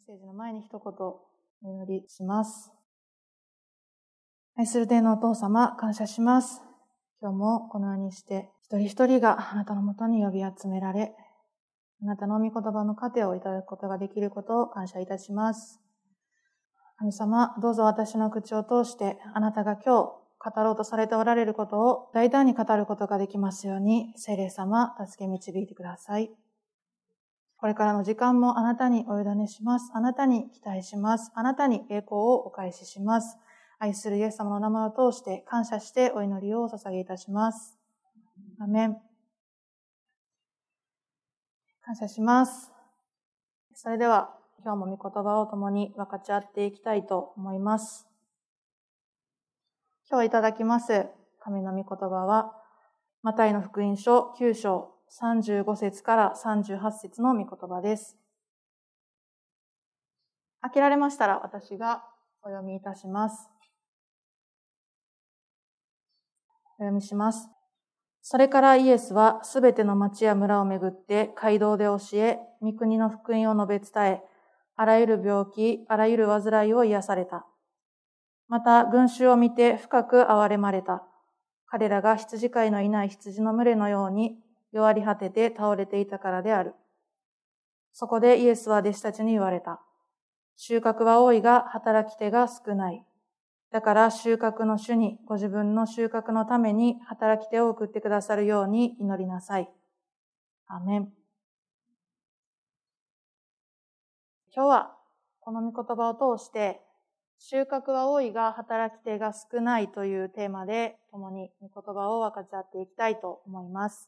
セージの前に一言お祈りします。愛する天のお父様、感謝します。今日もこのようにして一人一人があなたのもとに呼び集められ、あなたの御言葉の糧をいただくことができることを感謝いたします。神様、どうぞ私の口を通してあなたが今日語ろうとされておられることを大胆に語ることができますように、聖霊様、助け導いてください。これからの時間もあなたにお委ねします。あなたに期待します。あなたに栄光をお返しします。愛するイエス様の名前を通して感謝してお祈りをお捧げいたします。アメン。感謝します。それでは今日も御言葉を共に分かち合っていきたいと思います。今日いただきます神の御言葉は、マタイの福音書9章35節から38節の御言葉です。開けられましたら私がお読みいたします。お読みします。それからイエスはすべての町や村を巡って街道で教え、御国の福音を述べ伝え、あらゆる病気、あらゆる患いを癒された。また群衆を見て深く憐れまれた。彼らが羊飼いのいない羊の群れのように弱り果てて倒れていたからである。そこでイエスは弟子たちに言われた。収穫は多いが働き手が少ない。だから収穫の主にご自分の収穫のために働き手を送ってくださるように祈りなさい。アーメン。今日はこの御言葉を通して収穫は多いが働き手が少ないというテーマで共に御言葉を分かち合っていきたいと思います。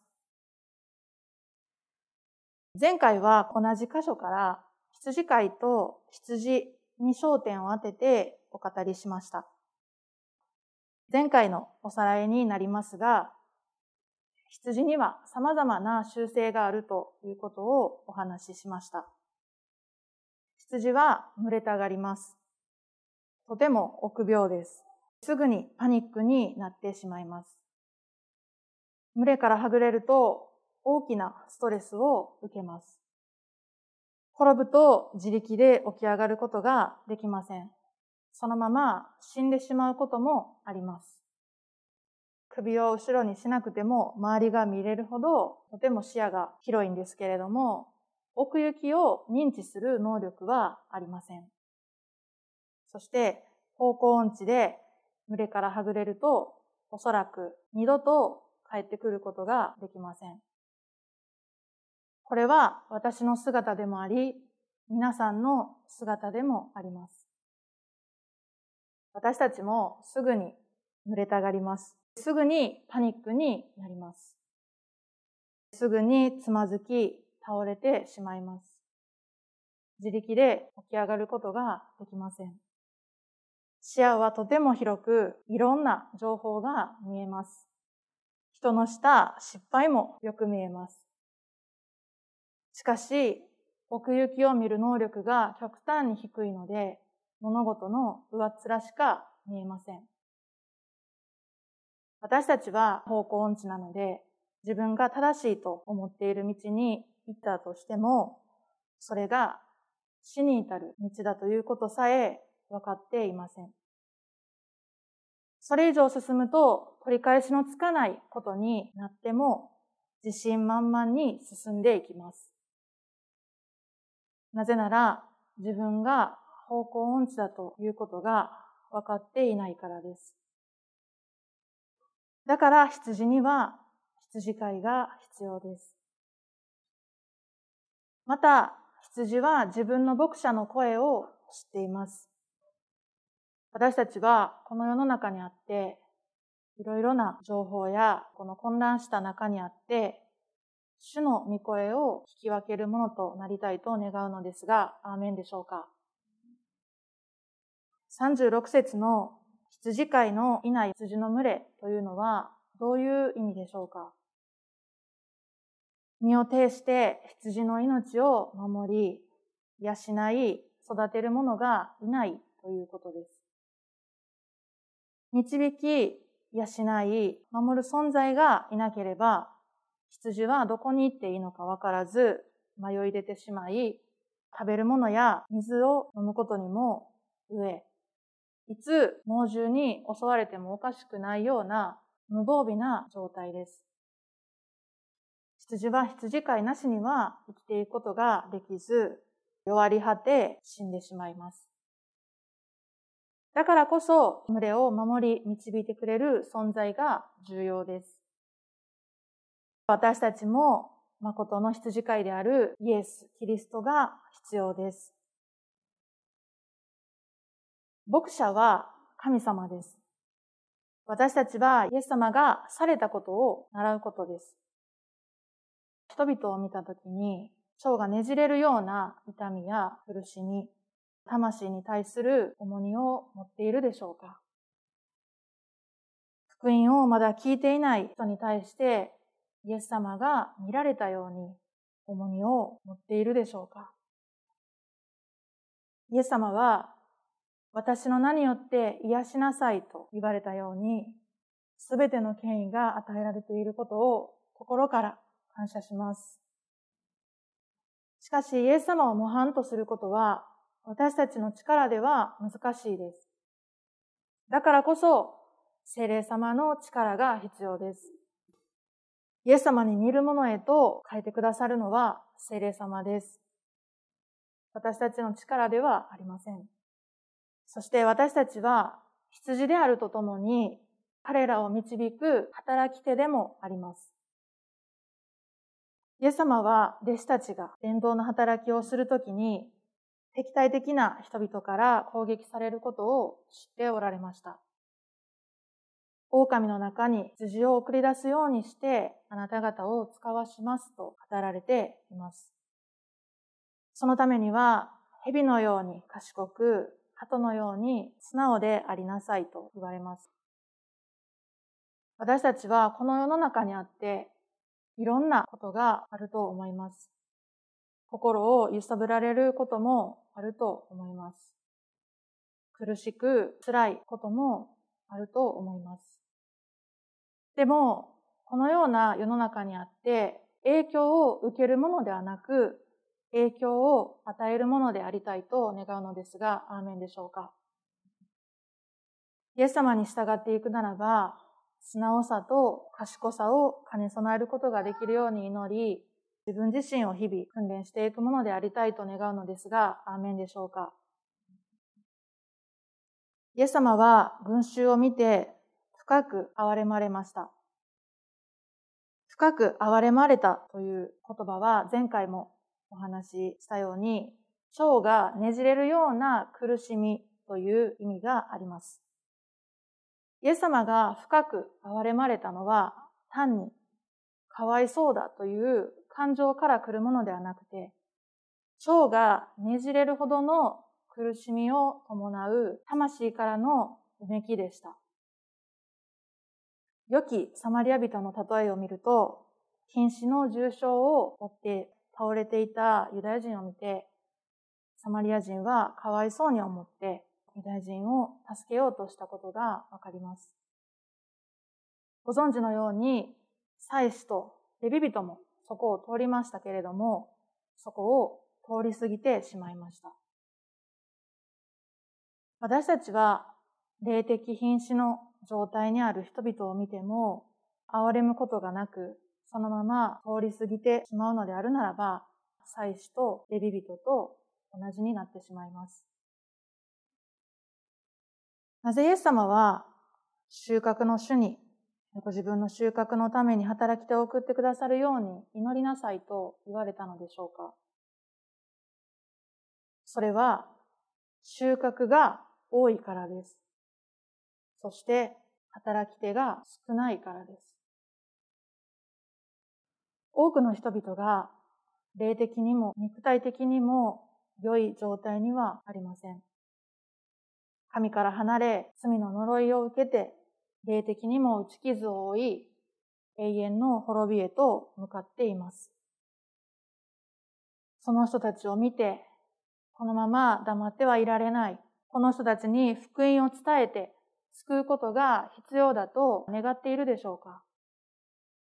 前回は同じ箇所から羊飼いと羊に焦点を当ててお語りしました。前回のおさらいになりますが、羊には様々な習性があるということをお話ししました。羊は群れたがります。とても臆病です。すぐにパニックになってしまいます。群れからはぐれると大きなストレスを受けます。転ぶと自力で起き上がることができません。そのまま死んでしまうこともあります。首を後ろにしなくても周りが見れるほどとても視野が広いんですけれども、奥行きを認知する能力はありません。そして方向音痴で群れからはぐれるとおそらく二度と帰ってくることができません。これは私の姿でもあり、皆さんの姿でもあります。私たちもすぐに群れたがります。すぐにパニックになります。すぐにつまずき、倒れてしまいます。自力で起き上がることができません。視野はとても広く、いろんな情報が見えます。人のした失敗もよく見えます。しかし、奥行きを見る能力が極端に低いので、物事の上っ面しか見えません。私たちは方向音痴なので、自分が正しいと思っている道に行ったとしても、それが死に至る道だということさえ分かっていません。それ以上進むと取り返しのつかないことになっても自信満々に進んでいきます。なぜなら自分が方向音痴だということが分かっていないからです。だから羊には羊飼いが必要です。また羊は自分の牧者の声を知っています。私たちはこの世の中にあっていろいろな情報やこの混乱した中にあって主の御声を聞き分けるものとなりたいと願うのですが、アーメンでしょうか。36節の羊飼いのいない羊の群れというのはどういう意味でしょうか。身を挺して羊の命を守り、養い、育てる者がいないということです。導き、養い、守る存在がいなければ、羊はどこに行っていいのか分からず、迷い出てしまい、 食べるものや水を飲むことにも飢え、いつ猛獣に襲われてもおかしくないような無防備な状態です。羊は羊飼いなしには生きていくことができず、弱り果て死んでしまいます。だからこそ、群れを守り導いてくれる存在が重要です。私たちも誠の羊飼いであるイエス・キリストが必要です。牧者は神様です。私たちはイエス様がされたことを習うことです。人々を見たときに、腸がねじれるような痛みや苦しみ、魂に対する重荷を持っているでしょうか？福音をまだ聞いていない人に対して、イエス様が見られたように重荷を持っているでしょうか？イエス様は、私の名によって癒しなさいと言われたように、すべての権威が与えられていることを心から感謝します。しかし、イエス様を模範とすることは、私たちの力では難しいです。だからこそ、聖霊様の力が必要です。イエス様に似るものへと変えてくださるのは聖霊様です。私たちの力ではありません。そして私たちは羊であるとともに、彼らを導く働き手でもあります。イエス様は弟子たちが伝道の働きをするときに、敵対的な人々から攻撃されることを知っておられました。狼の中に羊を送り出すようにしてあなた方を使わしますと語られています。そのためには蛇のように賢く、鳩のように素直でありなさいと言われます。私たちはこの世の中にあっていろんなことがあると思います。心を揺さぶられることもあると思います。苦しく辛いこともあると思います。でも、このような世の中にあって、影響を受けるものではなく、影響を与えるものでありたいと願うのですが、アーメンでしょうか。イエス様に従っていくならば、素直さと賢さを兼ね備えることができるように祈り、自分自身を日々訓練していくものでありたいと願うのですが、アーメンでしょうか。イエス様は群衆を見て深く憐れまれました。深く憐れまれたという言葉は前回もお話ししたように、腸がねじれるような苦しみという意味があります。イエス様が深く憐れまれたのは単にかわいそうだという感情から来るものではなくて、腸がねじれるほどの苦しみを伴う魂からのうめきでした。良きサマリア人の例えを見ると、瀕死の重傷を負って倒れていたユダヤ人を見て、サマリア人はかわいそうに思ってユダヤ人を助けようとしたことがわかります。ご存知のように、祭司とレビ人もそこを通りましたけれども、そこを通り過ぎてしまいました。私たちは霊的瀕死の状態にある人々を見ても、憐れむことがなく、そのまま通り過ぎてしまうのであるならば、祭司とレビ人と同じになってしまいます。なぜイエス様は収穫の主にご自分の収穫のために働き手を送ってくださるように祈りなさいと言われたのでしょうか。それは収穫が多いからです。そして働き手が少ないからです。多くの人々が霊的にも肉体的にも良い状態にはありません。神から離れ罪の呪いを受けて霊的にも打ち傷を負い永遠の滅びへと向かっています。その人たちを見てこのまま黙ってはいられない。この人たちに福音を伝えて救うことが必要だと願っているでしょうか。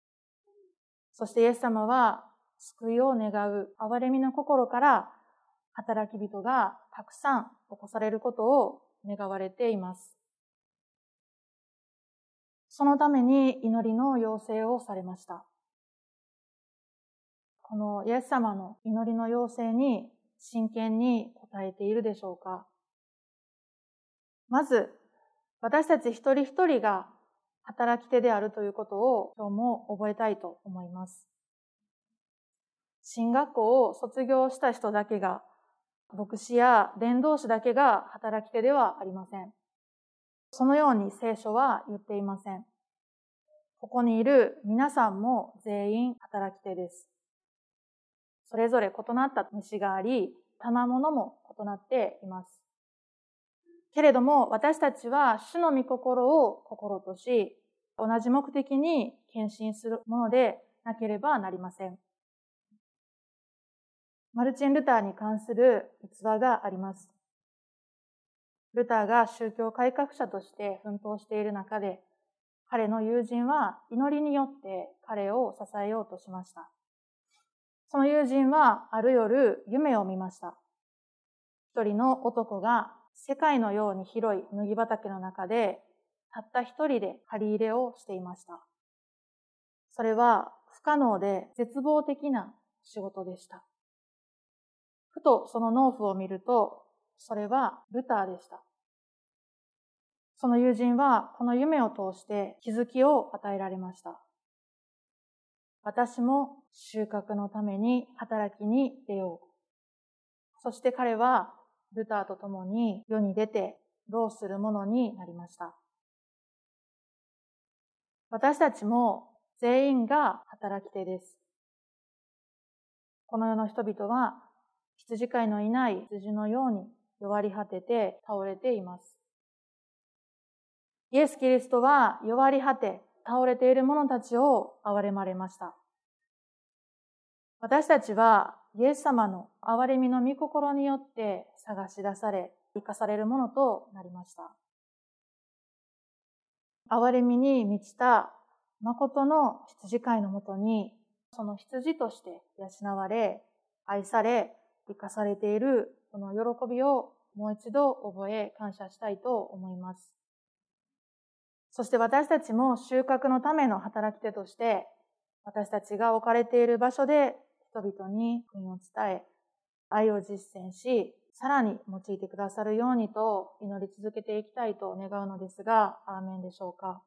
そしてイエス様は救いを願う憐れみの心から働き人がたくさん起こされることを願われています。そのために祈りの要請をされました。このイエス様の祈りの要請に真剣に応えているでしょうか。まず、私たち一人一人が働き手であるということを今日も覚えたいと思います。神学校を卒業した人だけが、牧師や伝道師だけが働き手ではありません。そのように聖書は言っていません。ここにいる皆さんも全員働き手です。それぞれ異なった道があり、賜物も異なっています。けれども私たちは主の御心を心とし、同じ目的に献身するものでなければなりません。マルチン・ルターに関する逸話があります。ルターが宗教改革者として奮闘している中で、彼の友人は祈りによって彼を支えようとしました。その友人はある夜夢を見ました。一人の男が世界のように広い麦畑の中でたった一人で借り入れをしていました。それは不可能で絶望的な仕事でした。ふとその農夫を見ると、それはルターでした。その友人はこの夢を通して気づきを与えられました。私も収穫のために働きに出よう。そして彼はルターと共に世に出て労する者になりました。私たちも全員が働き手です。この世の人々は羊飼いのいない羊のように弱り果てて倒れています。イエス・キリストは弱り果て倒れている者たちを憐れまれました。私たちはイエス様の憐れみの御心によって探し出され、生かされるものとなりました。憐れみに満ちた誠の羊飼いのもとに、その羊として養われ、愛され、生かされているこの喜びをもう一度覚え感謝したいと思います。そして私たちも収穫のための働き手として、私たちが置かれている場所で人々に福音を伝え、愛を実践し、さらに用いてくださるようにと祈り続けていきたいと願うのですが、アーメンでしょうか。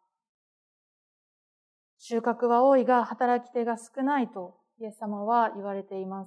収穫は多いが働き手が少ないとイエス様は言われています。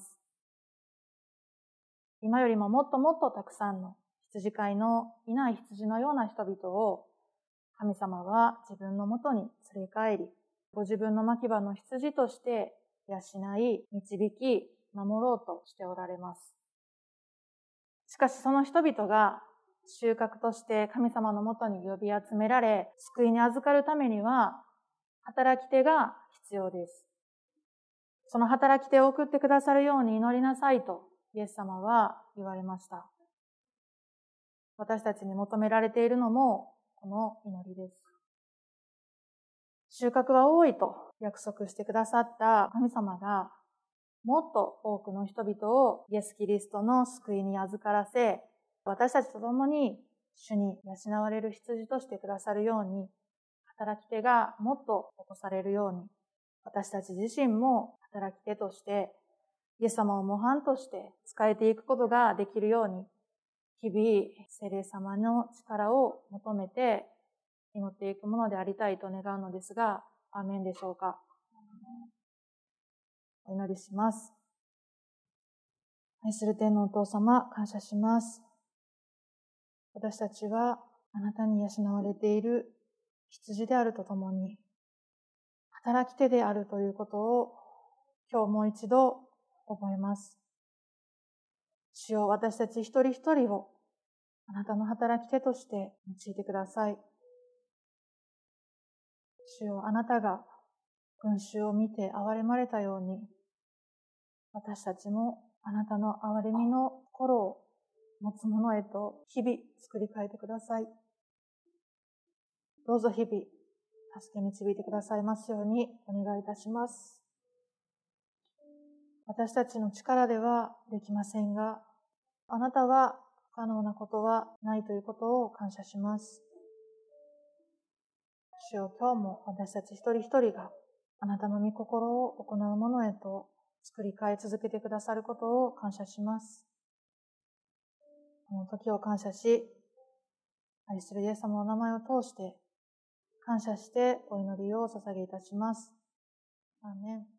今よりももっともっとたくさんの羊飼いのいない羊のような人々を神様は自分のもとに連れ帰り、ご自分の牧場の羊として養い、導き、守ろうとしておられます。しかしその人々が収穫として神様のもとに呼び集められ、救いに預かるためには、働き手が必要です。その働き手を送ってくださるように祈りなさいとイエス様は言われました。私たちに求められているのもこの祈りです。収穫は多いと約束してくださった神様が、もっと多くの人々をイエス・キリストの救いに預からせ、私たちと共に主に養われる羊としてくださるように、働き手がもっと起こされるように、私たち自身も働き手として、イエス様を模範として使えていくことができるように、日々聖霊様の力を求めて祈っていくものでありたいと願うのですが、アーメンでしょうか。お祈りします。愛する天のお父様、感謝します。私たちはあなたに養われている羊であるとともに、働き手であるということを今日もう一度覚えます。主よ、私たち一人一人をあなたの働き手として用いてください。主よ、あなたが群衆を見て憐れまれたように、私たちもあなたの憐れみの心を持つものへと日々作り変えてください。どうぞ日々助け導いてくださいますようにお願いいたします。私たちの力ではできませんが、 あなたは不可能なことはないということを感謝します。主よ、今日も私たち一人一人があなたの御心を行うものへと作り変え続けてくださることを感謝します。この時を感謝し、愛するイエス様の名前を通して感謝してお祈りをお捧げいたします。アーメン。